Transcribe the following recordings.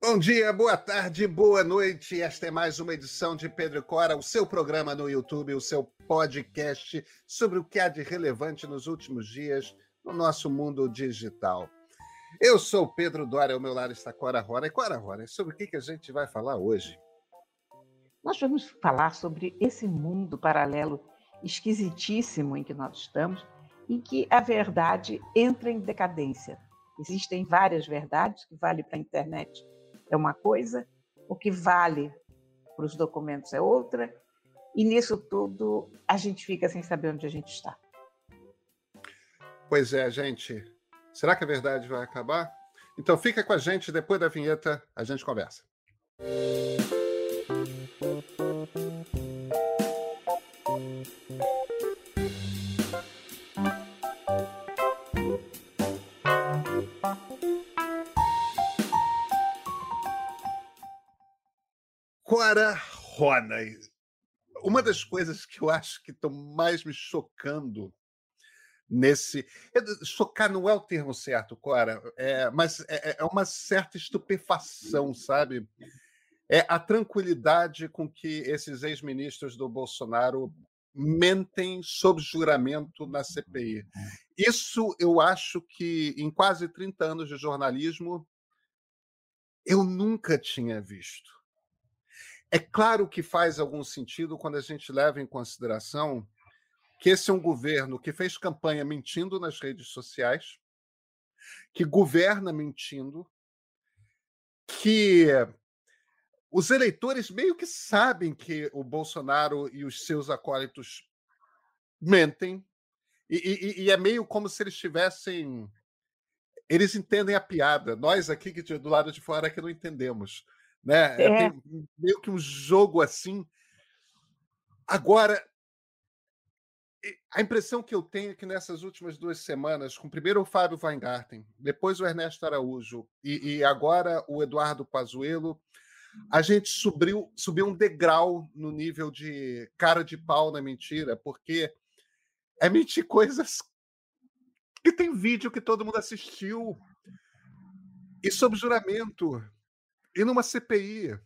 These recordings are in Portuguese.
Bom dia, boa tarde, boa noite. Esta é mais uma edição de Pedro e Cora, o seu programa no YouTube, o seu podcast sobre o que há de relevante nos últimos dias no nosso mundo digital. Eu sou o Pedro Dória, ao meu lado está Cora Rora. E Cora Rora, sobre o que a gente vai falar hoje? Nós vamos falar sobre esse mundo paralelo esquisitíssimo em que nós estamos, em que a verdade entra em decadência. Existem várias verdades, o que vale para a internet é uma coisa, o que vale para os documentos é outra, e nisso tudo a gente fica sem saber onde a gente está. Pois é, gente. Será que a verdade vai acabar? Então fica com a gente, depois da vinheta a gente conversa. Cora Rona, uma das coisas que eu acho que estão mais me chocando nesse. Chocar não é o termo certo, Cora, mas é uma certa estupefação, sabe? É a tranquilidade com que esses ex-ministros do Bolsonaro mentem sob juramento na CPI. Isso eu acho que, em quase 30 anos de jornalismo, eu nunca tinha visto. É claro que faz algum sentido quando a gente leva em consideração que esse é um governo que fez campanha mentindo nas redes sociais, que governa mentindo, que os eleitores meio que sabem que o Bolsonaro e os seus acólitos mentem, e é meio como se eles tivessem. Eles entendem a piada. Nós aqui do lado de fora é que não entendemos. Né? Tem meio que um jogo assim. Agora, a impressão que eu tenho é que nessas últimas 2 semanas, com primeiro o Fábio Weingarten, depois o Ernesto Araújo e agora o Eduardo Pazuello, a gente subiu um degrau no nível de cara de pau na mentira, porque é mentir coisas que tem vídeo que todo mundo assistiu, e sob juramento, e numa CPI.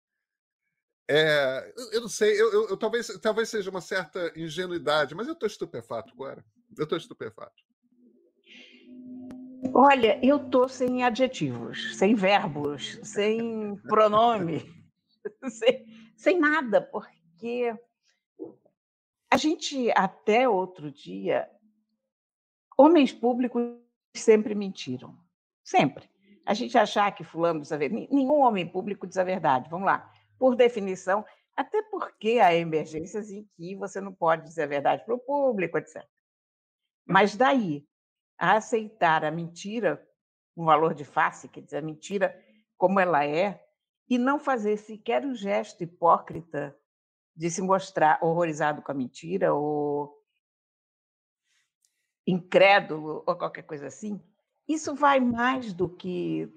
Eu não sei, talvez seja uma certa ingenuidade, mas eu estou estupefato agora. Eu estou estupefato. Olha, eu estou sem adjetivos, sem verbos, sem pronome, sem nada, porque a gente, até outro dia, homens públicos sempre mentiram. Sempre. A gente achar que fulano diz a verdade. Nenhum homem público diz a verdade. Vamos lá. Por definição, até porque há emergências em que você não pode dizer a verdade para o público, etc. Mas daí a aceitar a mentira com valor de face, quer dizer, a mentira como ela é, e não fazer sequer o gesto hipócrita de se mostrar horrorizado com a mentira ou incrédulo ou qualquer coisa assim, isso vai mais do que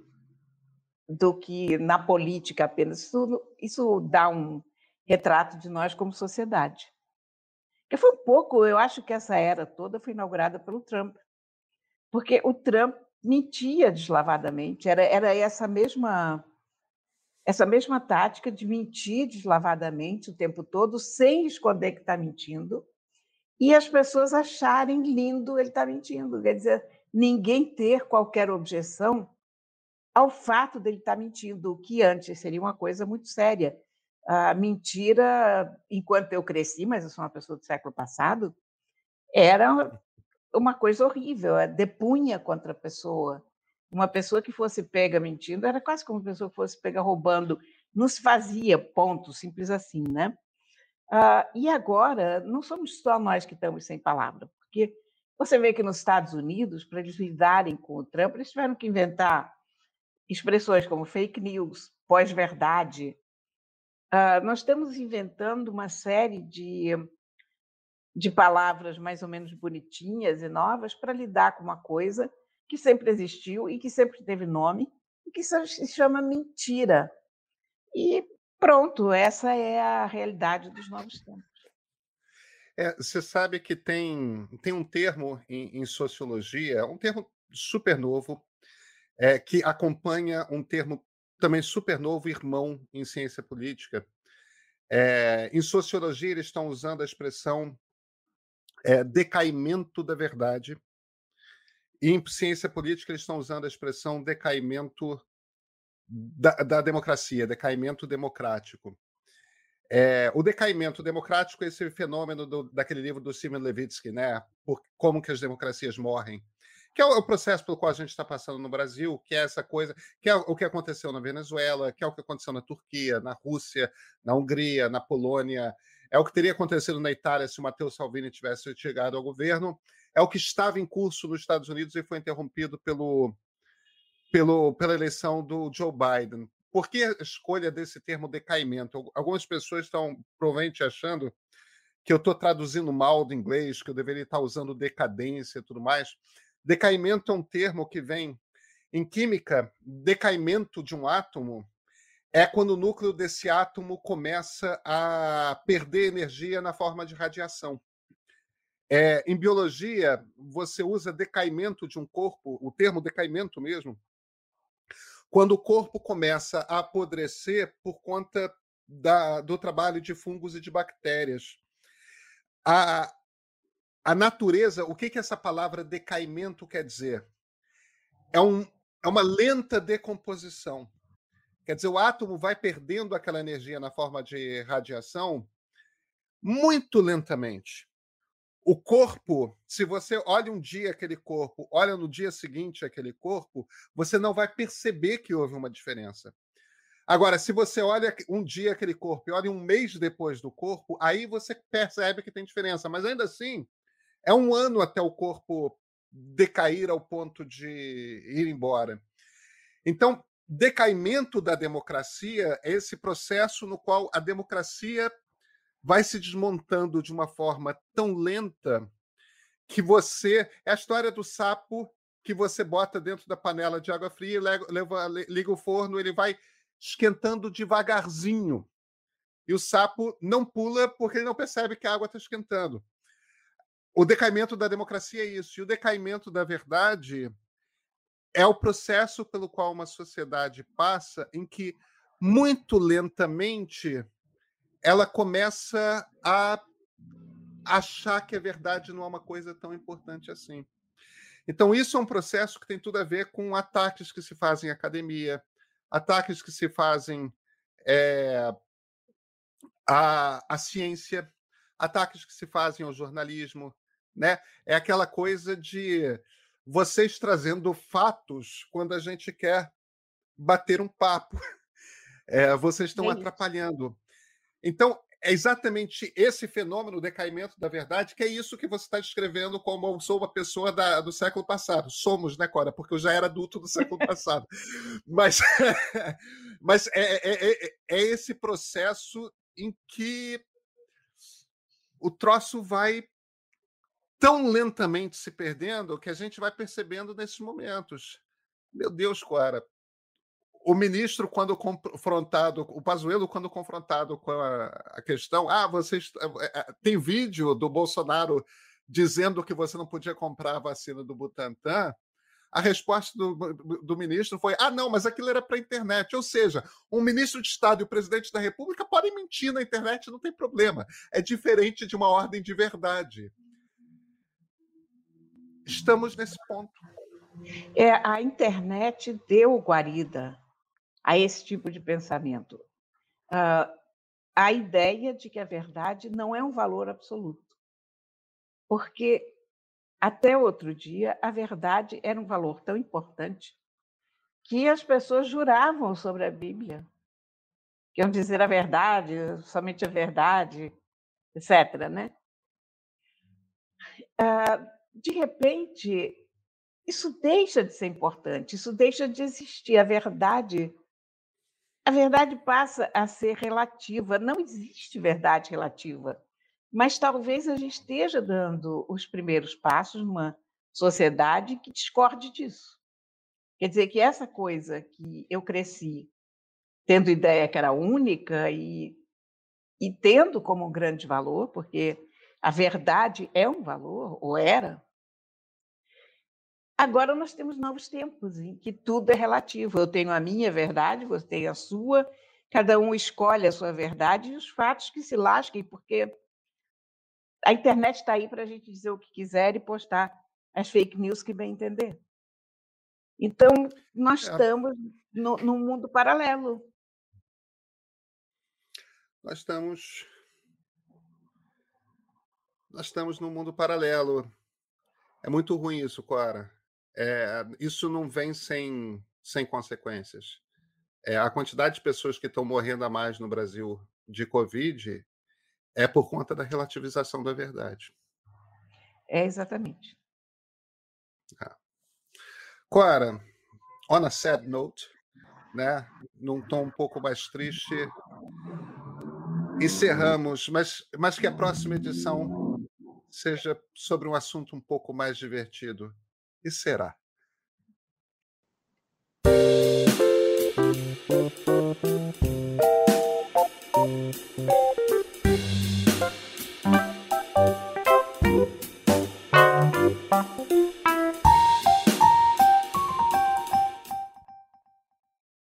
na política apenas. Isso dá um retrato de nós como sociedade. Porque foi um pouco, eu acho que essa era toda foi inaugurada pelo Trump, porque o Trump mentia deslavadamente, era essa mesma tática de mentir deslavadamente o tempo todo, sem esconder que está mentindo, e as pessoas acharem lindo ele estar mentindo. Quer dizer, ninguém ter qualquer objeção ao fato dele estar mentindo, o que antes seria uma coisa muito séria. A mentira, enquanto eu cresci, mas eu sou uma pessoa do século passado, era uma coisa horrível, depunha contra a pessoa. Uma pessoa que fosse pega mentindo era quase como uma pessoa que fosse pega roubando. Não se fazia, ponto, simples assim, né? E agora, não somos só nós que estamos sem palavra, porque você vê que nos Estados Unidos, para eles lidarem com o Trump, eles tiveram que inventar expressões como fake news, pós-verdade. Nós estamos inventando uma série de palavras mais ou menos bonitinhas e novas para lidar com uma coisa que sempre existiu e que sempre teve nome e que se chama mentira. E pronto, essa é a realidade dos novos tempos. Você sabe que tem um termo em sociologia, um termo super novo, que acompanha um termo também super novo irmão em ciência política. Em sociologia, eles estão usando a expressão decaimento da verdade, e em ciência política, eles estão usando a expressão decaimento da democracia, decaimento democrático. O decaimento democrático é esse fenômeno daquele livro do Simon Levitsky, né? Como que as democracias morrem, que é o processo pelo qual a gente está passando no Brasil, que é essa coisa, que é o que aconteceu na Venezuela, que é o que aconteceu na Turquia, na Rússia, na Hungria, na Polônia, é o que teria acontecido na Itália se o Matteo Salvini tivesse chegado ao governo, é o que estava em curso nos Estados Unidos e foi interrompido pela eleição do Joe Biden. Por que a escolha desse termo decaimento? Algumas pessoas estão provavelmente achando que eu estou traduzindo mal do inglês, que eu deveria estar usando decadência e tudo mais. Decaimento é um termo que vem em química. Decaimento de um átomo é quando o núcleo desse átomo começa a perder energia na forma de radiação. Em biologia, você usa decaimento de um corpo, o termo decaimento mesmo, quando o corpo começa a apodrecer por conta do trabalho de fungos e de bactérias. A natureza, o que essa palavra decaimento quer dizer? É uma lenta decomposição. Quer dizer, o átomo vai perdendo aquela energia na forma de radiação muito lentamente. O corpo, se você olha um dia aquele corpo, olha no dia seguinte aquele corpo, você não vai perceber que houve uma diferença. Agora, se você olha um dia aquele corpo e olha um mês depois do corpo, aí você percebe que tem diferença. Mas ainda assim, é um ano até o corpo decair ao ponto de ir embora. Então, decaimento da democracia é esse processo no qual a democracia vai se desmontando de uma forma tão lenta que você... É a história do sapo que você bota dentro da panela de água fria, liga o forno, ele vai esquentando devagarzinho. E o sapo não pula porque ele não percebe que a água está esquentando. O decaimento da democracia é isso. E o decaimento da verdade é o processo pelo qual uma sociedade passa em que, muito lentamente, ela começa a achar que a verdade não é uma coisa tão importante assim. Então, isso é um processo que tem tudo a ver com ataques que se fazem em academia, ataques que se fazem à ciência, ataques que se fazem ao jornalismo, né? É aquela coisa de vocês trazendo fatos quando a gente quer bater um papo. Vocês estão atrapalhando. Então, é exatamente esse fenômeno, o decaimento da verdade, que é isso que você está descrevendo como eu sou uma pessoa do século passado. Somos, né, Cora? Porque eu já era adulto do século passado. Mas é esse processo em que o troço vai tão lentamente se perdendo que a gente vai percebendo nesses momentos. Meu Deus, Cora, o ministro, quando confrontado, o Pazuello, quando confrontado com a questão, vocês tem vídeo do Bolsonaro dizendo que você não podia comprar a vacina do Butantan, a resposta do ministro foi: não, mas aquilo era para a internet. Ou seja, um ministro de Estado e o presidente da República podem mentir na internet, não tem problema. É diferente de uma ordem de verdade. Estamos nesse ponto. A internet deu guarida a esse tipo de pensamento. A ideia de que a verdade não é um valor absoluto. Porque até outro dia a verdade era um valor tão importante que as pessoas juravam sobre a Bíblia, que iam dizer a verdade, somente a verdade, etc., né? De repente, isso deixa de ser importante, isso deixa de existir. A verdade passa a ser relativa. Não existe verdade relativa, mas talvez a gente esteja dando os primeiros passos numa sociedade que discorde disso. Quer dizer que essa coisa que eu cresci tendo ideia que era única e tendo como um grande valor, porque a verdade é um valor, ou era, Agora nós temos novos tempos em que tudo é relativo. Eu tenho a minha verdade, você tem a sua, cada um escolhe a sua verdade e os fatos que se lasquem, porque a internet está aí para a gente dizer o que quiser e postar as fake news que bem entender. Então, nós estamos num mundo paralelo. Nós estamos num mundo paralelo. É muito ruim isso, Cora. Isso não vem sem consequências. A quantidade de pessoas que estão morrendo a mais no Brasil de Covid é por conta da relativização da verdade. Exatamente. Cora, on a sad note, né? Num tom um pouco mais triste, encerramos, mas que a próxima edição seja sobre um assunto um pouco mais divertido. E será?